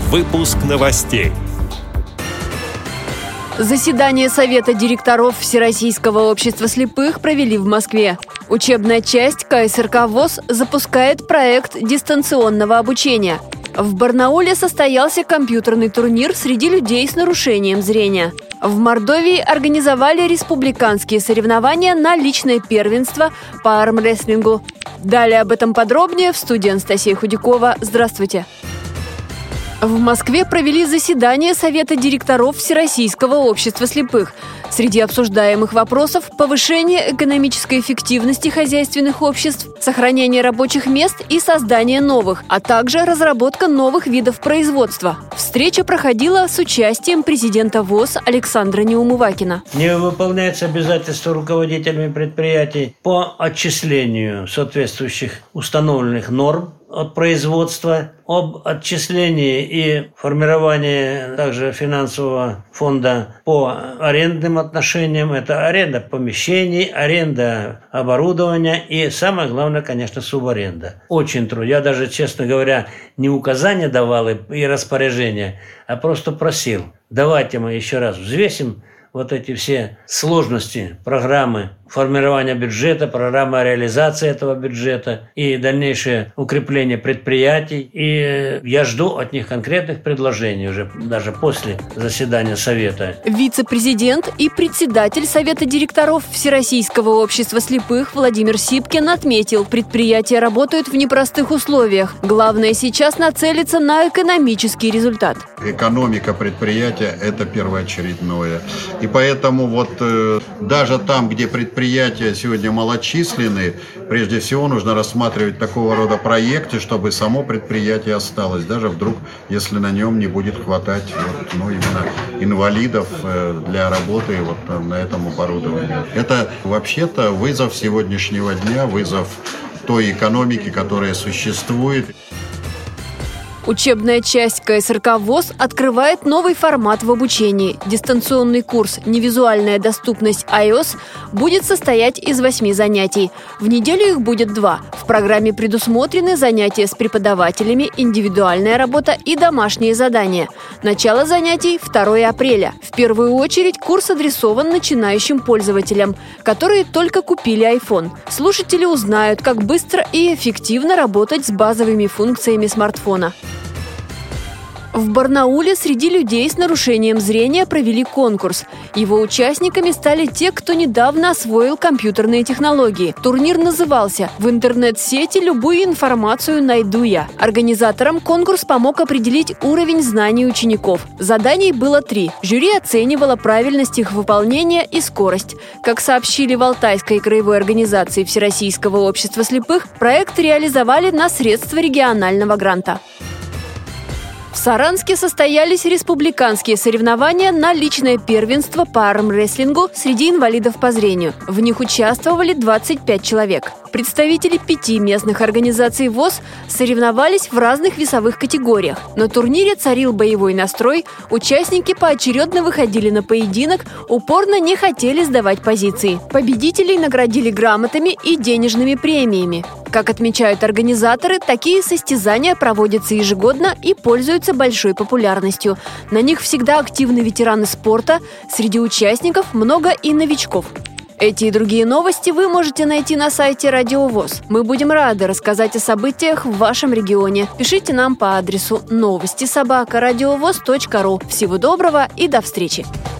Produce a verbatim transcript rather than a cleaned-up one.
Выпуск новостей. Заседание Совета директоров Всероссийского общества слепых провели в Москве. Учебная часть ка эс эр ка ВОС запускает проект дистанционного обучения. В Барнауле состоялся компьютерный турнир среди людей с нарушением зрения. В Мордовии организовали республиканские соревнования на личное первенство по армрестлингу. Далее об этом подробнее в студии Анастасия Худякова. Здравствуйте! В Москве провели заседание Совета директоров Всероссийского общества слепых. Среди обсуждаемых вопросов – повышение экономической эффективности хозяйственных обществ, сохранение рабочих мест и создание новых, а также разработка новых видов производства. Встреча проходила с участием президента ВОС Александра Неумывакина. Не выполняется обязательство руководителями предприятий по отчислению соответствующих установленных норм от производства, об отчислении и формировании также финансового фонда по арендным отношениям. Это аренда помещений, аренда оборудования и, самое главное, конечно, субаренда. Очень трудно. Я даже, честно говоря, не указания давал и распоряжения, а просто просил. Давайте мы еще раз взвесим вот эти все сложности программы формирования бюджета, программы реализации этого бюджета и дальнейшее укрепление предприятий. И я жду от них конкретных предложений уже даже после заседания Совета. Вице-президент и председатель Совета директоров Всероссийского общества слепых Владимир Сипкин отметил, предприятия работают в непростых условиях. Главное сейчас нацелиться на экономический результат. Экономика предприятия – это первоочередное. И поэтому вот э, даже там, где предприятия Предприятия сегодня малочисленные, прежде всего нужно рассматривать такого рода проекты, чтобы само предприятие осталось, даже вдруг, если на нем не будет хватать вот, ну, именно инвалидов для работы вот, на этом оборудовании. Это вообще-то вызов сегодняшнего дня, вызов той экономики, которая существует. Учебная часть ка эс эр ка ВОС открывает новый формат в обучении. Дистанционный курс «Невизуальная доступность iOS» будет состоять из восьми занятий. В неделю их будет два. В программе предусмотрены занятия с преподавателями, индивидуальная работа и домашние задания. Начало занятий – второго апреля. В первую очередь курс адресован начинающим пользователям, которые только купили айфон. Слушатели узнают, как быстро и эффективно работать с базовыми функциями смартфона. В Барнауле среди людей с нарушением зрения провели конкурс. Его участниками стали те, кто недавно освоил компьютерные технологии. Турнир назывался «В интернет-сети любую информацию найду я». Организаторам конкурс помог определить уровень знаний учеников. Заданий было три. Жюри оценивало правильность их выполнения и скорость. Как сообщили в Алтайской краевой организации Всероссийского общества слепых, проект реализовали на средства регионального гранта. В Саранске состоялись республиканские соревнования на личное первенство по армрестлингу среди инвалидов по зрению. В них участвовали двадцать пять человек. Представители пяти местных организаций ВОС соревновались в разных весовых категориях. На турнире царил боевой настрой, участники поочередно выходили на поединок, упорно не хотели сдавать позиции. Победителей наградили грамотами и денежными премиями. Как отмечают организаторы, такие состязания проводятся ежегодно и пользуются большой популярностью. На них всегда активны ветераны спорта, среди участников много и новичков. Эти и другие новости вы можете найти на сайте Радио ВОС. Мы будем рады рассказать о событиях в вашем регионе. Пишите нам по адресу новости собака радиовос точка ру. Всего доброго и до встречи!